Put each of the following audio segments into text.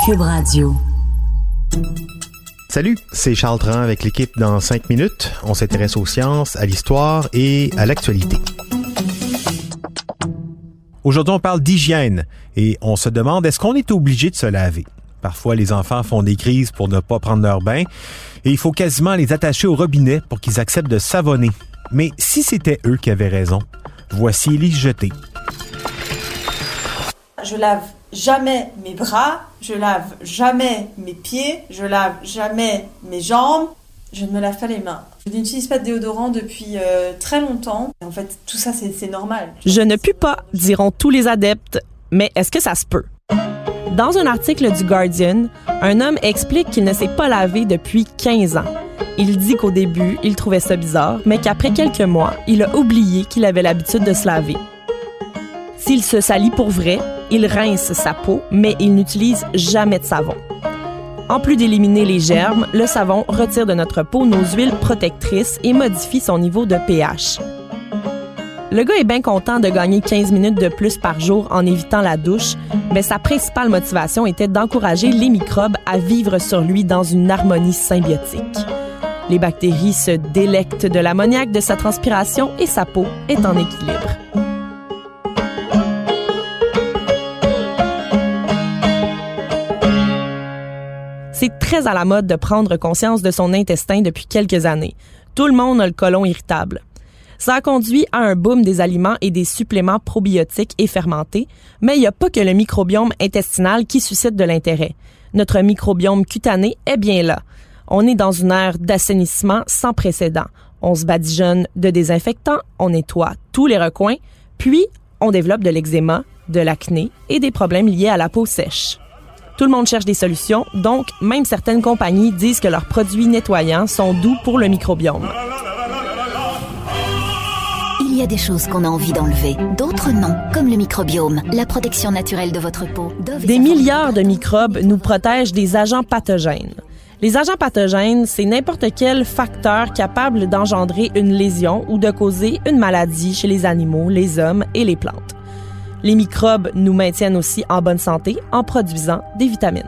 Cube Radio. Salut, c'est Charles Tran avec l'équipe dans 5 minutes. On s'intéresse aux sciences, à l'histoire et à l'actualité. Aujourd'hui, on parle d'hygiène et on se demande, est-ce qu'on est obligé de se laver? Parfois, les enfants font des crises pour ne pas prendre leur bain et il faut quasiment les attacher au robinet pour qu'ils acceptent de savonner. Mais si c'était eux qui avaient raison, voici Élise Jeté. Je lave jamais mes bras, je lave jamais mes pieds, je lave jamais mes jambes, je ne me lave pas les mains. Je n'utilise pas de déodorant depuis très longtemps. En fait, tout ça, c'est normal. Je ne pue pas, diront tous les adeptes, mais est-ce que ça se peut? Dans un article du Guardian, un homme explique qu'il ne s'est pas lavé depuis 15 ans. Il dit qu'au début, il trouvait ça bizarre, mais qu'après quelques mois, il a oublié qu'il avait l'habitude de se laver. S'il se salit pour vrai, il rince sa peau, mais il n'utilise jamais de savon. En plus d'éliminer les germes, le savon retire de notre peau nos huiles protectrices et modifie son niveau de pH. Le gars est bien content de gagner 15 minutes de plus par jour en évitant la douche, mais sa principale motivation était d'encourager les microbes à vivre sur lui dans une harmonie symbiotique. Les bactéries se délectent de l'ammoniaque de sa transpiration et sa peau est en équilibre. C'est très à la mode de prendre conscience de son intestin depuis quelques années. Tout le monde a le côlon irritable. Ça a conduit à un boom des aliments et des suppléments probiotiques et fermentés, mais il n'y a pas que le microbiome intestinal qui suscite de l'intérêt. Notre microbiome cutané est bien là. On est dans une ère d'assainissement sans précédent. On se badigeonne de désinfectants, on nettoie tous les recoins, puis on développe de l'eczéma, de l'acné et des problèmes liés à la peau sèche. Tout le monde cherche des solutions, donc même certaines compagnies disent que leurs produits nettoyants sont doux pour le microbiome. Il y a des choses qu'on a envie d'enlever, d'autres non, comme le microbiome, la protection naturelle de votre peau. Des milliards de microbes nous protègent des agents pathogènes. Les agents pathogènes, c'est n'importe quel facteur capable d'engendrer une lésion ou de causer une maladie chez les animaux, les hommes et les plantes. Les microbes nous maintiennent aussi en bonne santé en produisant des vitamines.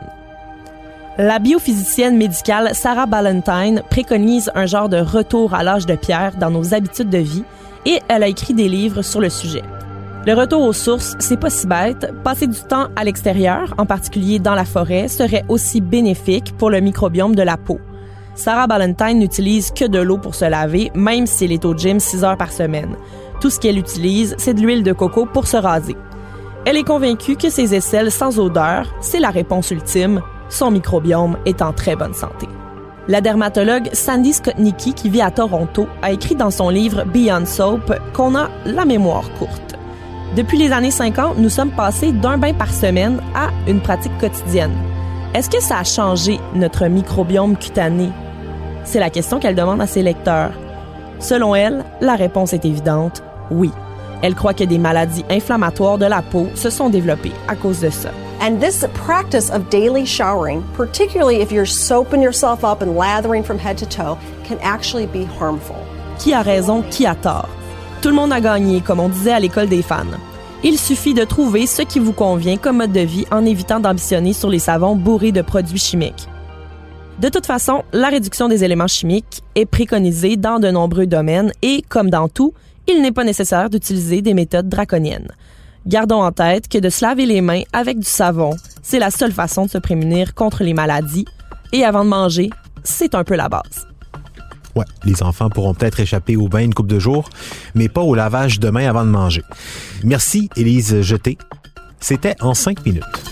La biophysicienne médicale Sarah Ballantyne préconise un genre de retour à l'âge de pierre dans nos habitudes de vie et elle a écrit des livres sur le sujet. Le retour aux sources, c'est pas si bête. Passer du temps à l'extérieur, en particulier dans la forêt, serait aussi bénéfique pour le microbiome de la peau. Sarah Ballantyne n'utilise que de l'eau pour se laver, même si elle est au gym 6 heures par semaine. Tout ce qu'elle utilise, c'est de l'huile de coco pour se raser. Elle est convaincue que ses aisselles sans odeur, c'est la réponse ultime. Son microbiome est en très bonne santé. La dermatologue Sandy Skotnicki, qui vit à Toronto, a écrit dans son livre Beyond Soap qu'on a la mémoire courte. Depuis les années 50, nous sommes passés d'un bain par semaine à une pratique quotidienne. Est-ce que ça a changé notre microbiome cutané? C'est la question qu'elle demande à ses lecteurs. Selon elle, la réponse est évidente, oui. Elle croit que des maladies inflammatoires de la peau se sont développées à cause de ça. And this practice of daily showering, particularly if you're soaping yourself up and lathering from head to toe, can actually be harmful. Qui a raison, qui a tort? Tout le monde a gagné, comme on disait à l'école des fans. Il suffit de trouver ce qui vous convient comme mode de vie en évitant d'ambitionner sur les savons bourrés de produits chimiques. De toute façon, la réduction des éléments chimiques est préconisée dans de nombreux domaines et, comme dans tout, il n'est pas nécessaire d'utiliser des méthodes draconiennes. Gardons en tête que de se laver les mains avec du savon, c'est la seule façon de se prémunir contre les maladies. Et avant de manger, c'est un peu la base. Ouais, les enfants pourront peut-être échapper au bain une couple de jours, mais pas au lavage de mains avant de manger. Merci, Élise Jeté. C'était en 5 minutes.